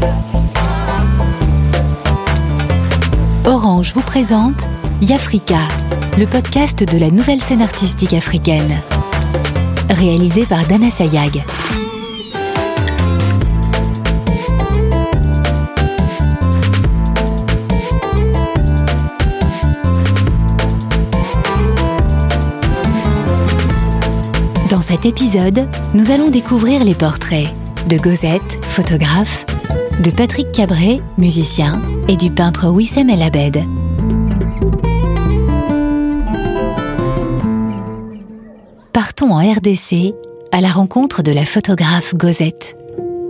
Orange vous présente Yafrika, le podcast de la nouvelle scène artistique africaine. Réalisé par Dana Sayag. Dans cet épisode, nous allons découvrir les portraits de Gozette, photographe, de Patrick Cabré, musicien, et du peintre Wissem El Abed. Partons en RDC à la rencontre de la photographe Gozette.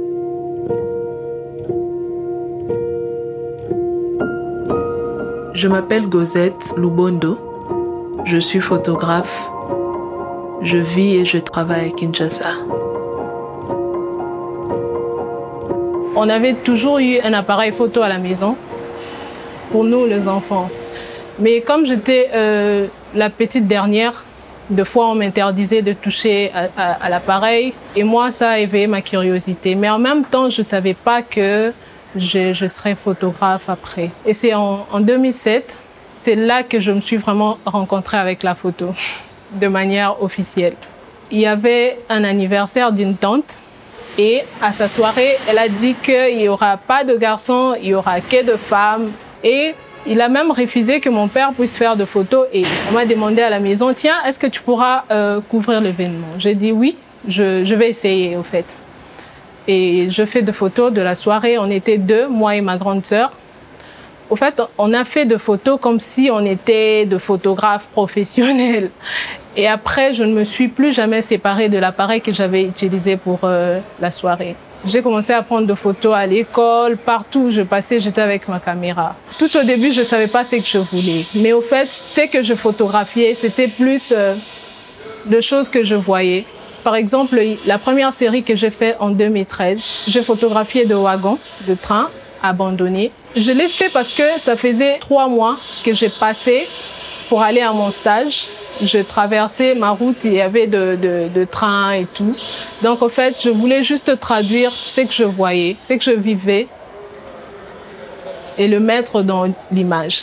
Je m'appelle Gozette Lubondo. Je suis photographe. Je vis et je travaille à Kinshasa. On avait toujours eu un appareil photo à la maison, pour nous les enfants. Mais comme j'étais la petite dernière, des fois on m'interdisait de toucher à l'appareil. Et moi, ça a éveillé ma curiosité. Mais en même temps, je ne savais pas que je serais photographe après. Et c'est en 2007, c'est là que je me suis vraiment rencontrée avec la photo, de manière officielle. Il y avait un anniversaire d'une tante. Et à sa soirée, elle a dit qu'il n'y aura pas de garçons, il n'y aura que de femmes. Et il a même refusé que mon père puisse faire de photos. Et on m'a demandé à la maison, tiens, est-ce que tu pourras couvrir l'événement? J'ai dit oui, je vais essayer au fait. Et je fais des photos de la soirée. On était deux, moi et ma grande sœur. Au fait, on a fait des photos comme si on était de photographes professionnels. Et après, je ne me suis plus jamais séparée de l'appareil que j'avais utilisé pour la soirée. J'ai commencé à prendre des photos à l'école, partout où je passais, j'étais avec ma caméra. Tout au début, je ne savais pas ce que je voulais. Mais au fait, ce que je photographiais, c'était plus de choses que je voyais. Par exemple, la première série que j'ai faite en 2013, j'ai photographié des wagons, de trains abandonnés. Je l'ai fait parce que ça faisait 3 mois que j'ai passé pour aller à mon stage. Je traversais ma route, il y avait de trains et tout. Donc, en fait, je voulais juste traduire ce que je voyais, ce que je vivais et le mettre dans l'image.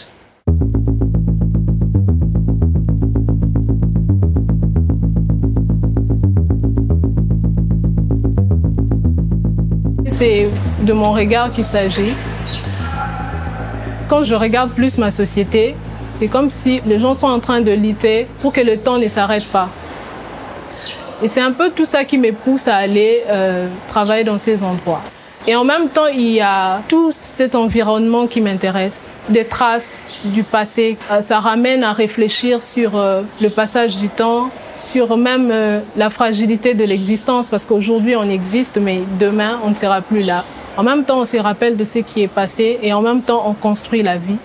C'est de mon regard qu'il s'agit. Quand je regarde plus ma société, c'est comme si les gens sont en train de lutter pour que le temps ne s'arrête pas. Et c'est un peu tout ça qui me pousse à aller travailler dans ces endroits. Et en même temps, il y a tout cet environnement qui m'intéresse. Des traces du passé. Ça ramène à réfléchir sur le passage du temps, sur même la fragilité de l'existence. Parce qu'aujourd'hui, on existe, mais demain, on ne sera plus là. En même temps, on se rappelle de ce qui est passé et en même temps, on construit la vie.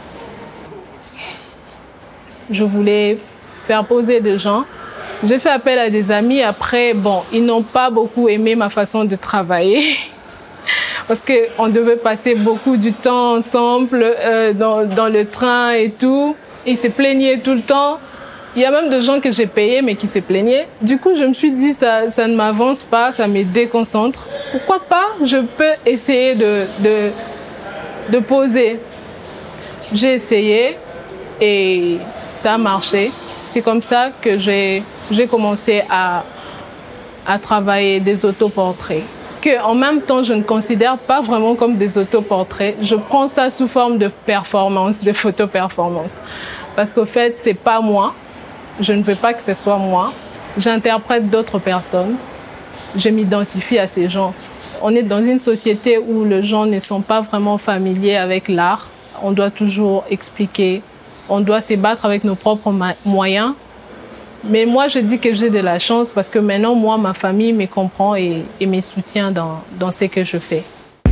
Je voulais faire poser des gens. J'ai fait appel à des amis. Après, ils n'ont pas beaucoup aimé ma façon de travailler. Parce qu'on devait passer beaucoup du temps ensemble dans le train et tout. Ils se plaignaient tout le temps. Il y a même des gens que j'ai payés mais qui se plaignaient. Du coup, je me suis dit, ça ne m'avance pas, ça me déconcentre. Pourquoi pas, je peux essayer de poser. J'ai essayé et ça a marché. C'est comme ça que j'ai commencé à travailler des autoportraits. Que en même temps, je ne considère pas vraiment comme des autoportraits. Je prends ça sous forme de performance, de photo-performance. Parce qu'au fait, c'est pas moi. Je ne veux pas que ce soit moi. J'interprète d'autres personnes. Je m'identifie à ces gens. On est dans une société où les gens ne sont pas vraiment familiers avec l'art. On doit toujours expliquer. On doit se battre avec nos propres moyens. Mais moi, je dis que j'ai de la chance parce que maintenant, moi, ma famille me comprend et me soutient dans ce que je fais.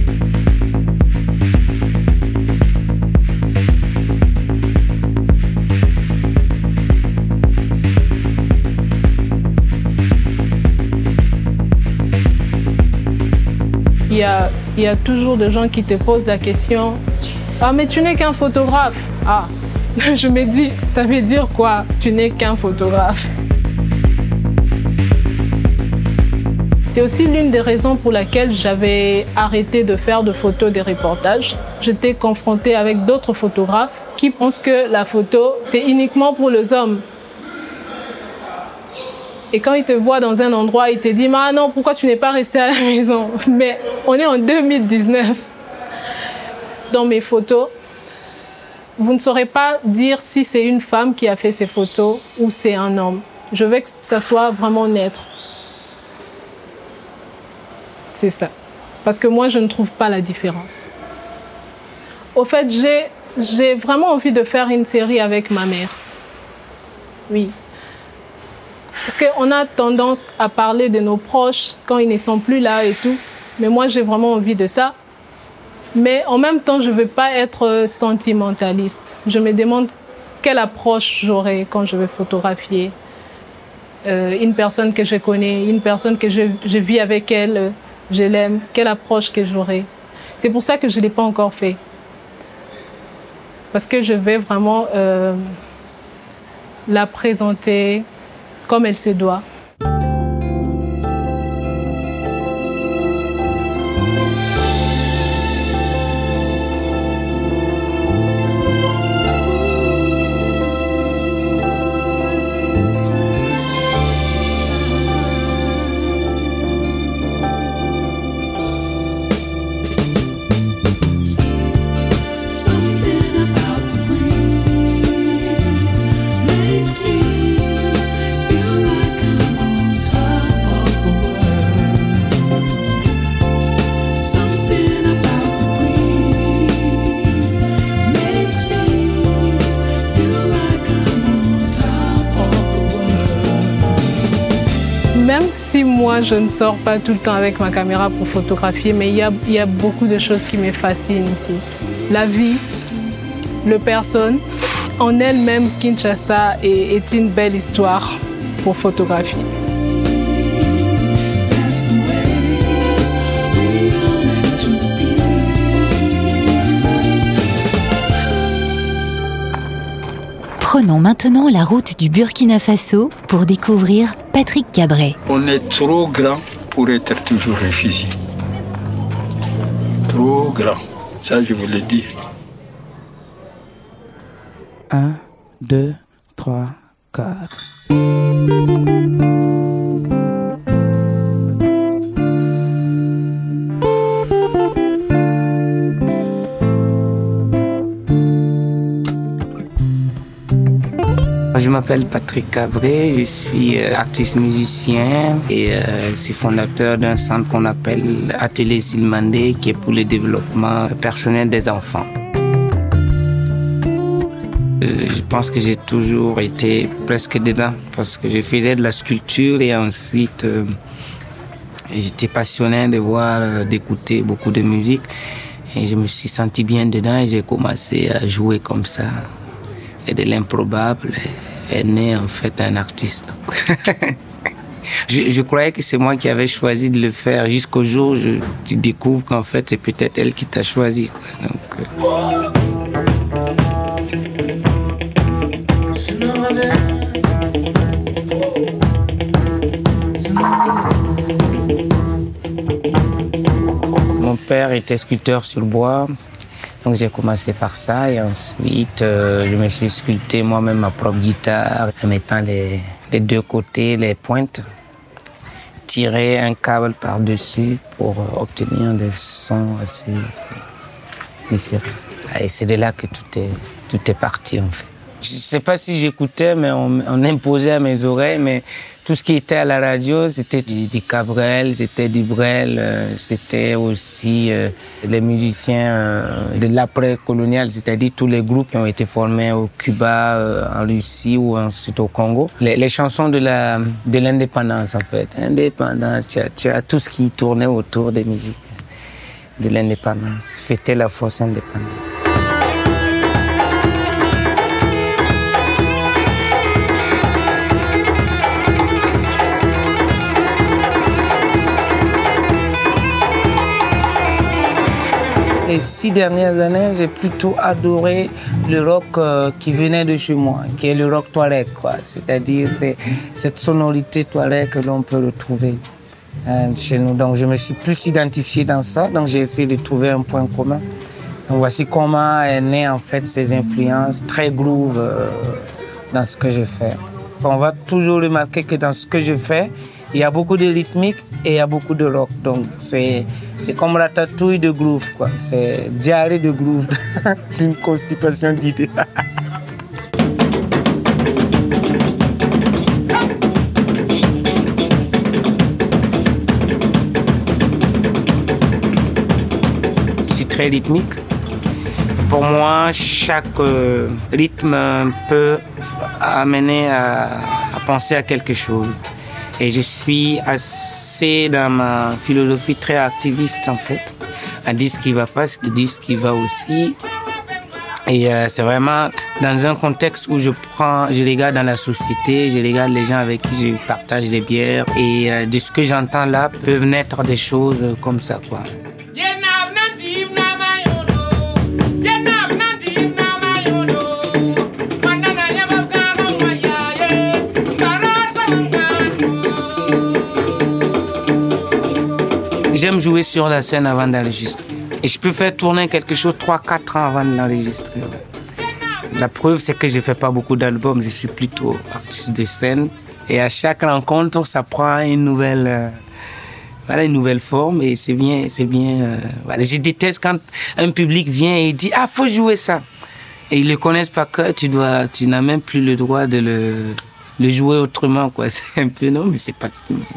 Il y a toujours des gens qui te posent la question « Ah, mais tu n'es qu'un photographe !» Ah, je me dis, ça veut dire quoi? Tu n'es qu'un photographe. C'est aussi l'une des raisons pour laquelle j'avais arrêté de faire de photos, des reportages. J'étais confrontée avec d'autres photographes qui pensent que la photo, c'est uniquement pour les hommes. Et quand ils te voient dans un endroit, ils te disent « Ah non, pourquoi tu n'es pas resté à la maison ?» Mais on est en 2019. Dans mes photos, vous ne saurez pas dire si c'est une femme qui a fait ces photos ou c'est un homme. Je veux que ça soit vraiment neutre. C'est ça. Parce que moi, je ne trouve pas la différence. Au fait, j'ai vraiment envie de faire une série avec ma mère. Oui. Parce qu'on a tendance à parler de nos proches quand ils ne sont plus là et tout. Mais moi, j'ai vraiment envie de ça. Mais en même temps, je ne veux pas être sentimentaliste. Je me demande quelle approche j'aurai quand je vais photographier une personne que je connais, une personne que je vis avec elle, je l'aime. Quelle approche que j'aurai. C'est pour ça que je ne l'ai pas encore fait. Parce que je vais vraiment la présenter comme elle se doit. Même si moi, je ne sors pas tout le temps avec ma caméra pour photographier, mais il y a beaucoup de choses qui me fascinent ici. La vie, les personnes, en elle-même, Kinshasa est une belle histoire pour photographier. Prenons maintenant la route du Burkina Faso pour découvrir Patrick Cabret. On est trop grand pour être toujours réfugié. Trop grand, ça je vous le dis. 1, 2, 3, 4. Je m'appelle Patrick Cabret, je suis artiste musicien et je suis fondateur d'un centre qu'on appelle Atelier Silmandé qui est pour le développement personnel des enfants. Je pense que j'ai toujours été presque dedans parce que je faisais de la sculpture et ensuite j'étais passionné de voir, d'écouter beaucoup de musique et je me suis senti bien dedans et j'ai commencé à jouer comme ça. Et de l'improbable est né en fait un artiste. je croyais que c'est moi qui avais choisi de le faire jusqu'au jour où tu découvres qu'en fait c'est peut-être elle qui t'a choisi. Donc, Mon père était sculpteur sur bois. Donc j'ai commencé par ça et ensuite je me suis sculpté moi-même ma propre guitare en mettant les deux côtés, les pointes, tirer un câble par-dessus pour obtenir des sons assez différents. Et c'est de là que tout est parti en fait. Je ne sais pas si j'écoutais, mais on imposait à mes oreilles, mais tout ce qui était à la radio, c'était du Cabrel, c'était du Brel, c'était aussi les musiciens de l'après-colonial, c'est-à-dire tous les groupes qui ont été formés au Cuba, en Russie ou ensuite au Congo. Les chansons de l'indépendance, en fait. Indépendance, tu as tout ce qui tournait autour des musiques de l'indépendance. Fêter la fausse indépendance. Les 6 dernières années, j'ai plutôt adoré le rock qui venait de chez moi, qui est le rock touareg, quoi. C'est-à-dire c'est cette sonorité touareg que l'on peut retrouver chez nous. Donc je me suis plus identifié dans ça, donc j'ai essayé de trouver un point commun. Donc voici comment est née en fait ces influences très groove dans ce que je fais. On va toujours remarquer que dans ce que je fais, il y a beaucoup de rythmique et il y a beaucoup de rock. Donc c'est comme ratatouille de groove, quoi. C'est diarrhée de groove. C'est une constipation d'idées. C'est très rythmique. Pour moi, chaque rythme peut amener à penser à quelque chose. Et je suis assez dans ma philosophie très activiste en fait. À dire ce qui va pas, dire ce qui va aussi. Et c'est vraiment dans un contexte où je regarde dans la société, je regarde les gens avec qui je partage des bières. Et de ce que j'entends là, peuvent naître des choses comme ça, quoi. J'aime jouer sur la scène avant d'enregistrer. Et je peux faire tourner quelque chose 3-4 ans avant d'enregistrer. La preuve, c'est que je ne fais pas beaucoup d'albums. Je suis plutôt artiste de scène. Et à chaque rencontre, ça prend une nouvelle forme. Et c'est bien. Voilà. Je déteste quand un public vient et dit « Ah, faut jouer ça !» Et ils ne le connaissent pas que tu n'as même plus le droit de le jouer autrement, quoi. C'est un peu non, mais c'est pas...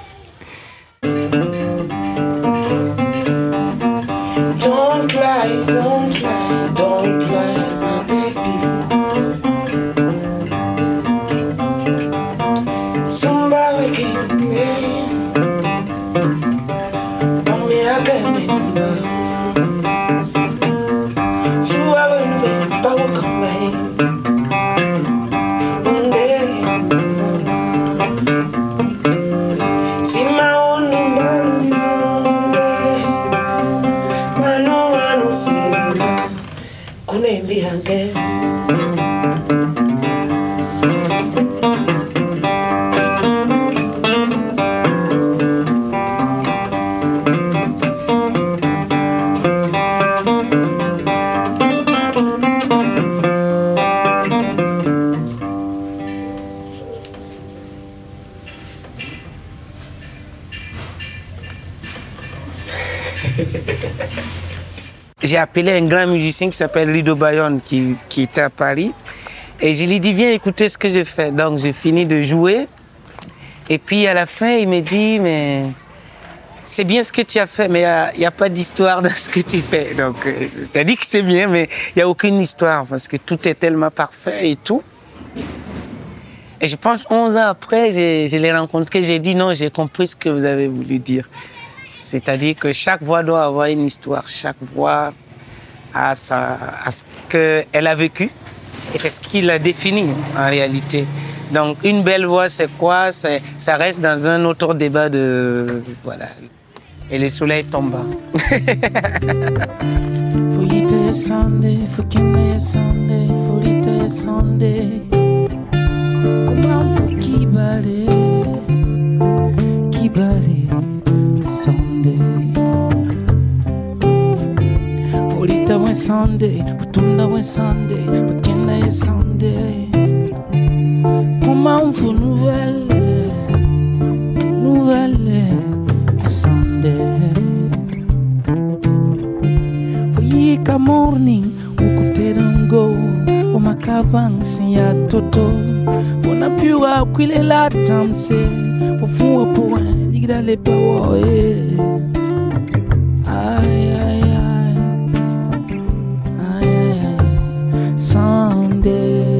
Don't lie, my baby. Somebody came in. On me again, so I went away, but we'll come back. One day, see my only man, man, see. J'ai appelé un grand musicien qui s'appelle Rido Bayonne qui était à Paris et je lui dis viens écouter ce que je fais. Donc j'ai fini de jouer et puis à la fin il me dit mais c'est bien ce que tu as fait mais il n'y a pas d'histoire dans ce que tu fais. Donc tu as dit que c'est bien mais il n'y a aucune histoire parce que tout est tellement parfait et tout. Et je pense 11 ans après je l'ai rencontré, j'ai dit non, j'ai compris ce que vous avez voulu dire. C'est-à-dire que chaque voix doit avoir une histoire, chaque voix a ce qu'elle a vécu. Et c'est ce qui l'a défini en réalité. Donc une belle voix, c'est quoi? Ça reste dans un autre débat de... Voilà. Et le soleil tombe. Comment faut qui balait Sunday. Polita went Sunday, Putunda went Sunday, Pekenda est Sunday. Comment faut nouvelle Sunday. Foyika morning, ukufte dango, omakabang siya toto. Fona piwa kwile la tamse, pofuwa poen. D'aller pas Sunday.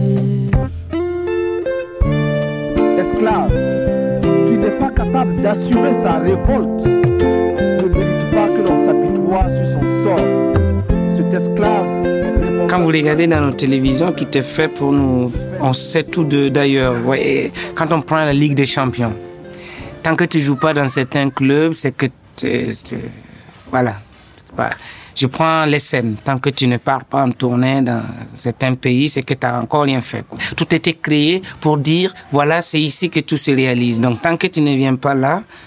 Esclave qui n'est pas capable d'assurer sa révolte ne mérite pas que l'on s'apitoie sur son sort. Cet esclave. Quand vous regardez dans nos télévisions, tout est fait pour nous. On sait tout d'ailleurs. Ouais. Quand on prend la Ligue des Champions. Tant que tu joues pas dans certains clubs, c'est que voilà. Je prends les scènes. Tant que tu ne pars pas en tournée dans certains pays, c'est que tu n'as encore rien fait. Tout était créé pour dire, voilà, c'est ici que tout se réalise. Donc, tant que tu ne viens pas là,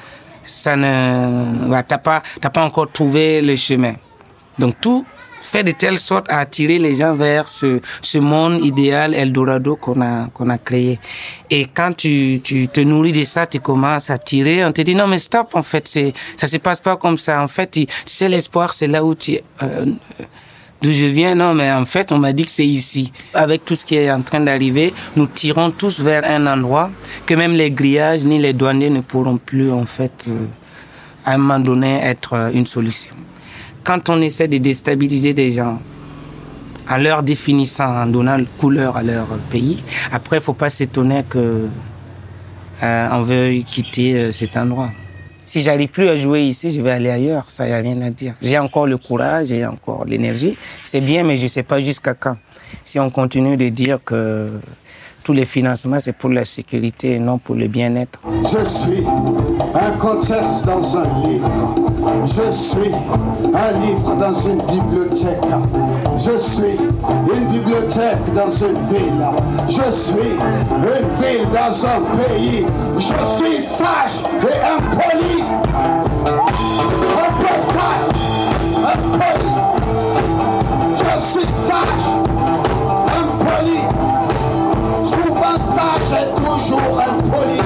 ça ne, t'as pas encore trouvé le chemin. Donc tout fait de telle sorte à attirer les gens vers ce monde idéal Eldorado qu'on a créé. Et quand tu te nourris de ça, tu commences à tirer, on te dit non mais stop, en fait, ça se passe pas comme ça. En fait, tu sais, l'espoir, c'est là où d'où je viens, non, mais en fait, on m'a dit que c'est ici. Avec tout ce qui est en train d'arriver, nous tirons tous vers un endroit que même les grillages ni les douaniers ne pourront plus, en fait, à un moment donné, être une solution. Quand on essaie de déstabiliser des gens, en leur définissant, en donnant couleur à leur pays, après, il ne faut pas s'étonner qu'on veuille quitter cet endroit. Si j'arrive plus à jouer ici, je vais aller ailleurs. Ça, y a rien à dire. J'ai encore le courage, j'ai encore l'énergie. C'est bien, mais je sais pas jusqu'à quand. Si on continue de dire que tous les financements, c'est pour la sécurité et non pour le bien-être. Je suis un contexte dans un livre. Je suis un livre dans une bibliothèque. Je suis une bibliothèque dans une ville. Je suis une ville dans un pays. Je suis sage et impoli. Un peu sage, impoli. Je suis sage, impoli. Souvent sage et toujours impoli.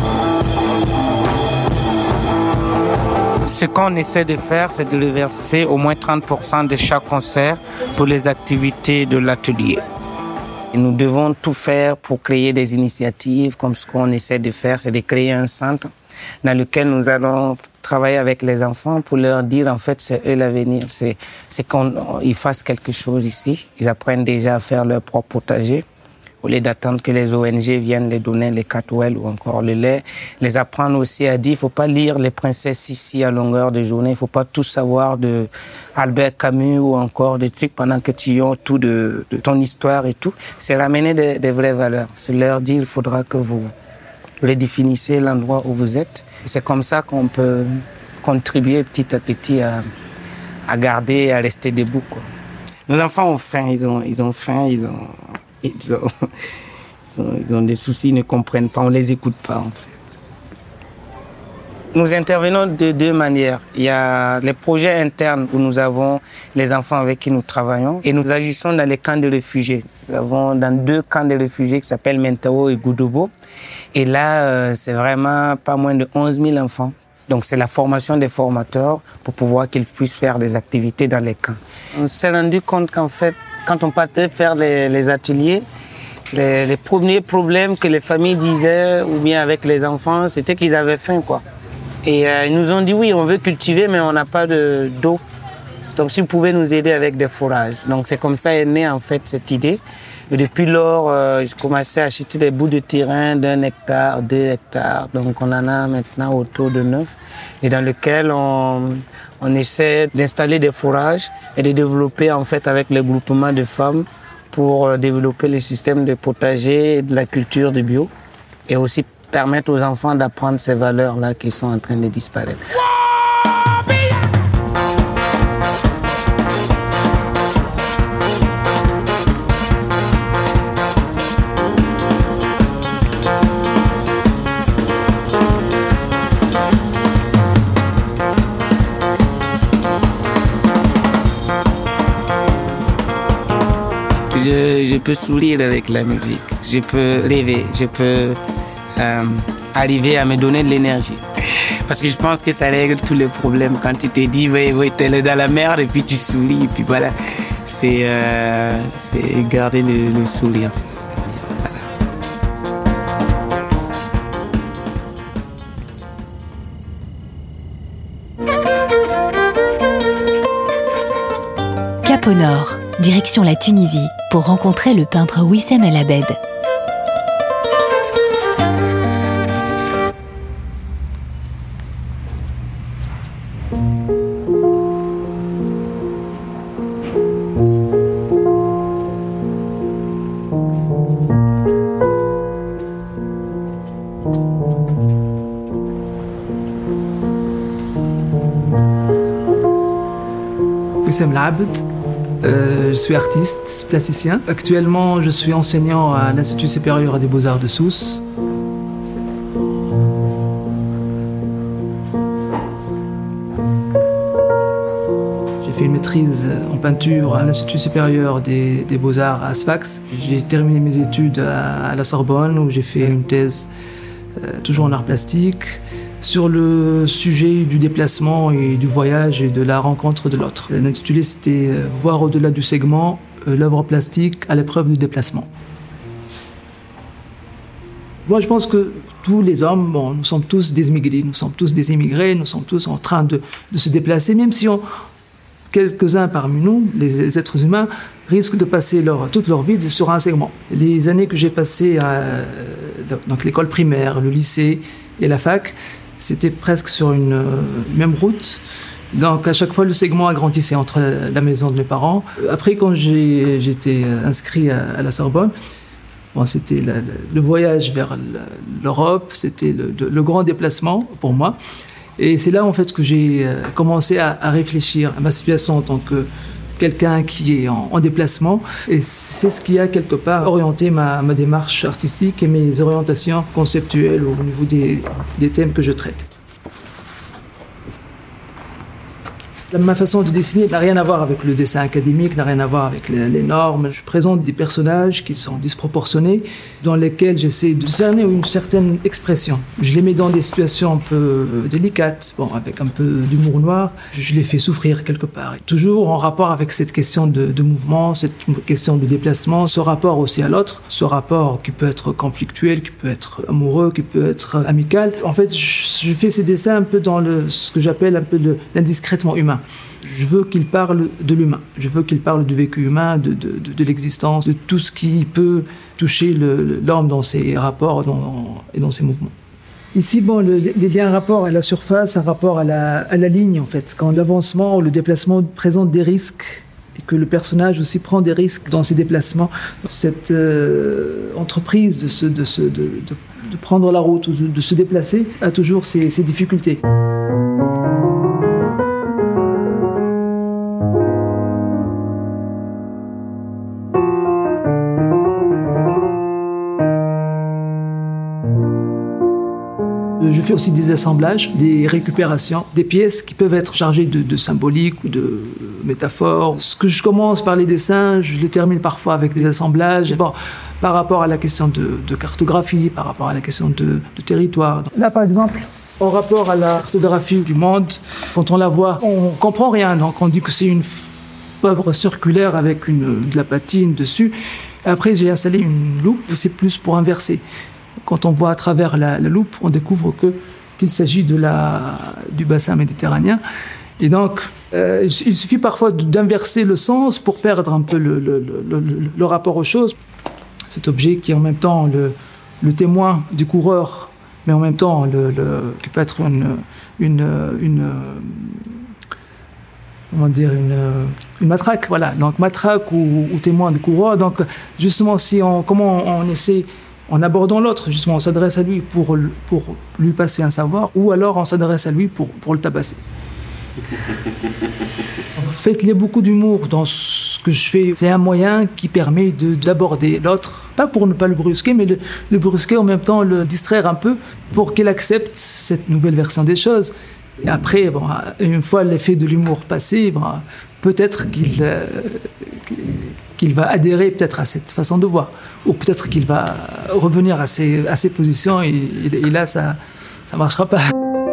Ce qu'on essaie de faire, c'est de reverser au moins 30% de chaque concert pour les activités de l'atelier. Et nous devons tout faire pour créer des initiatives, comme ce qu'on essaie de faire, c'est de créer un centre dans lequel nous allons travailler avec les enfants pour leur dire, en fait, c'est eux l'avenir. C'est qu'ils fassent quelque chose ici. Ils apprennent déjà à faire leur propre potager. Au lieu d'attendre que les ONG viennent les donner les catouelles ou encore le lait, les apprendre aussi à dire, il faut pas lire les princesses ici à longueur de journée, il faut pas tout savoir de Albert Camus ou encore des trucs pendant que tu as tout de ton histoire et tout. C'est ramener des vraies valeurs. C'est leur dire, il faudra que vous redéfinissez l'endroit où vous êtes. C'est comme ça qu'on peut contribuer petit à petit à garder et à rester debout, quoi. Nos enfants ont faim, ils ont faim, ils ont des soucis, ils ne comprennent pas, on les écoute pas en fait. Nous intervenons de deux manières. Il y a les projets internes où nous avons les enfants avec qui nous travaillons et nous agissons dans les camps de réfugiés. Nous avons dans 2 camps de réfugiés qui s'appellent Mentao et Goudobo. Et là, c'est vraiment pas moins de 11 000 enfants. Donc c'est la formation des formateurs pour pouvoir qu'ils puissent faire des activités dans les camps. On s'est rendu compte qu'en fait, quand on partait faire les ateliers, les premiers problèmes que les familles disaient, ou bien avec les enfants, c'était qu'ils avaient faim, quoi. Et ils nous ont dit, oui, on veut cultiver, mais on n'a pas d'eau. Donc, si vous pouvez nous aider avec des fourrages. Donc, c'est comme ça est née, en fait, cette idée. Et depuis lors, j'ai commencé à acheter des bouts de terrain d'1 hectare, 2 hectares. Donc, on en a maintenant autour de 9. Et dans lequel on essaie d'installer des fourrages et de développer, en fait, avec les groupements de femmes pour développer le système de potager et de la culture de bio. Et aussi permettre aux enfants d'apprendre ces valeurs-là qui sont en train de disparaître. Je peux sourire avec la musique, je peux rêver, je peux arriver à me donner de l'énergie. Parce que je pense que ça règle tous les problèmes. Quand tu te dis, oui, t'es dans la merde et puis tu souris, et puis voilà. C'est garder le sourire. Cap au nord, direction la Tunisie, pour rencontrer le peintre Wissem El Abed. Wissem El Abed. Je suis artiste, plasticien. Actuellement, je suis enseignant à l'Institut supérieur des beaux-arts de Sousse. maîtrise en peinture à l'Institut supérieur des Beaux-Arts à Sfax. J'ai terminé mes études à la Sorbonne où j'ai fait une thèse toujours en art plastique sur le sujet du déplacement et du voyage et de la rencontre de l'autre. L'intitulé c'était « Voir au-delà du segment, l'œuvre plastique à l'épreuve du déplacement ». Moi, je pense que tous les hommes, nous sommes tous des immigrés, nous sommes tous en train de se déplacer, même si quelques-uns parmi nous, les êtres humains, risquent de passer toute leur vie sur un segment. Les années que j'ai passées donc l'école primaire, le lycée et la fac, c'était presque sur une même route. Donc, à chaque fois, le segment agrandissait entre la maison de mes parents. Après, quand j'étais inscrit à la Sorbonne, c'était le voyage vers l'Europe, c'était le grand déplacement pour moi. Et c'est là, en fait, que j'ai commencé à réfléchir à ma situation en tant que quelqu'un qui est en déplacement. Et c'est ce qui a, quelque part, orienté ma démarche artistique et mes orientations conceptuelles au niveau des thèmes que je traite. Ma façon de dessiner n'a rien à voir avec le dessin académique, n'a rien à voir avec les normes. Je présente des personnages qui sont disproportionnés, dans lesquels j'essaie de cerner une certaine expression. Je les mets dans des situations un peu délicates, avec un peu d'humour noir. Je les fais souffrir quelque part. Toujours en rapport avec cette question de mouvement, cette question de déplacement, ce rapport aussi à l'autre, ce rapport qui peut être conflictuel, qui peut être amoureux, qui peut être amical. En fait, je fais ces dessins un peu dans ce que j'appelle un peu l'indiscrètement humain. Je veux qu'il parle de l'humain, je veux qu'il parle du vécu humain, de l'existence, de tout ce qui peut toucher l'homme dans ses rapports et dans ses mouvements. Ici, il y a un rapport à la surface, un rapport à la ligne, en fait. Quand l'avancement ou le déplacement présente des risques et que le personnage aussi prend des risques dans ses déplacements, cette entreprise de prendre la route ou de se déplacer a toujours ses difficultés. Je fais aussi des assemblages, des récupérations, des pièces qui peuvent être chargées de symboliques ou de métaphores. Ce que je commence par les dessins, je le termine parfois avec des assemblages. Par rapport à la question de cartographie, par rapport à la question de territoire. Là, par exemple, en rapport à la cartographie du monde, quand on la voit, on ne comprend rien. Donc on dit que c'est une œuvre circulaire avec de la patine dessus. Après, j'ai installé une loupe, c'est plus pour inverser. Quand on voit à travers la loupe, on découvre qu'il s'agit du bassin méditerranéen. Et donc, il suffit parfois d'inverser le sens pour perdre un peu le rapport aux choses. Cet objet qui est en même temps le témoin du coureur, mais en même temps qui peut être une matraque, voilà. Donc matraque ou témoin du coureur. Donc justement, comment on essaie, en abordant l'autre, justement, on s'adresse à lui pour lui passer un savoir, ou alors on s'adresse à lui pour le tabasser. En fait, il y a beaucoup d'humour dans ce que je fais. C'est un moyen qui permet d'aborder l'autre, pas pour ne pas le brusquer, mais le brusquer en même temps, le distraire un peu pour qu'il accepte cette nouvelle version des choses. Et après, une fois l'effet de l'humour passé, peut-être qu'il va adhérer peut-être à cette façon de voir, ou peut-être qu'il va revenir à ses positions et là, ça ne marchera pas.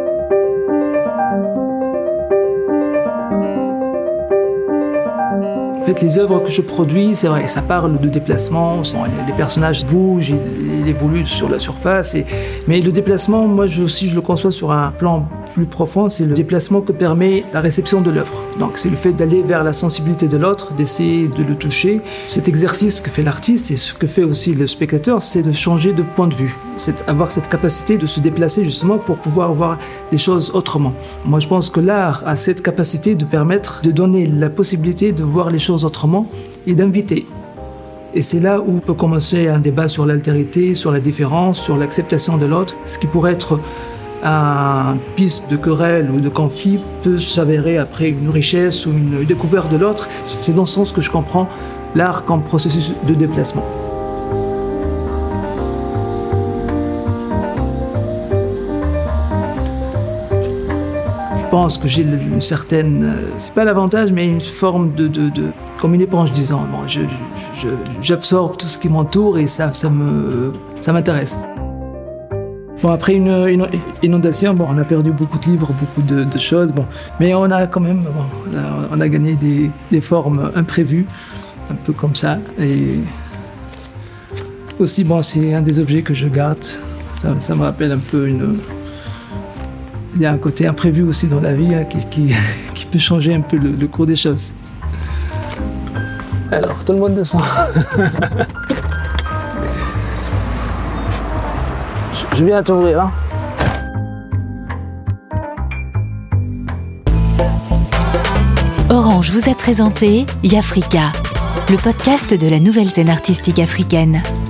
En fait, les œuvres que je produis, c'est vrai, ça parle de déplacement, les personnages bougent, ils évoluent sur la surface. Mais le déplacement, moi je le conçois sur un plan plus profond, c'est le déplacement que permet la réception de l'œuvre. Donc c'est le fait d'aller vers la sensibilité de l'autre, d'essayer de le toucher. Cet exercice que fait l'artiste et ce que fait aussi le spectateur, c'est de changer de point de vue. C'est avoir cette capacité de se déplacer justement pour pouvoir voir les choses autrement. Moi je pense que l'art a cette capacité de permettre de donner la possibilité de voir les choses autrement et d'inviter. Et c'est là où peut commencer un débat sur l'altérité, sur la différence, sur l'acceptation de l'autre. Ce qui pourrait être une piste de querelle ou de conflit peut s'avérer après une richesse ou une découverte de l'autre. C'est dans ce sens que je comprends l'art comme processus de déplacement. pense que j'ai une certaine, c'est pas l'avantage, mais une forme de comme une éponge, disons. Bon, j'absorbe tout ce qui m'entoure et ça m'intéresse. Bon, après une inondation, bon, on a perdu beaucoup de livres, beaucoup de choses, bon, mais on a quand même, bon, on a gagné des formes imprévues, un peu comme ça. Et aussi, bon, c'est un des objets que je garde. Ça me rappelle un peu il y a un côté imprévu aussi dans la vie, hein, qui peut changer un peu le cours des choses. Alors, tout le monde descend. Je viens t'ouvrir. Hein. Orange vous a présenté Yafrika, le podcast de la nouvelle scène artistique africaine.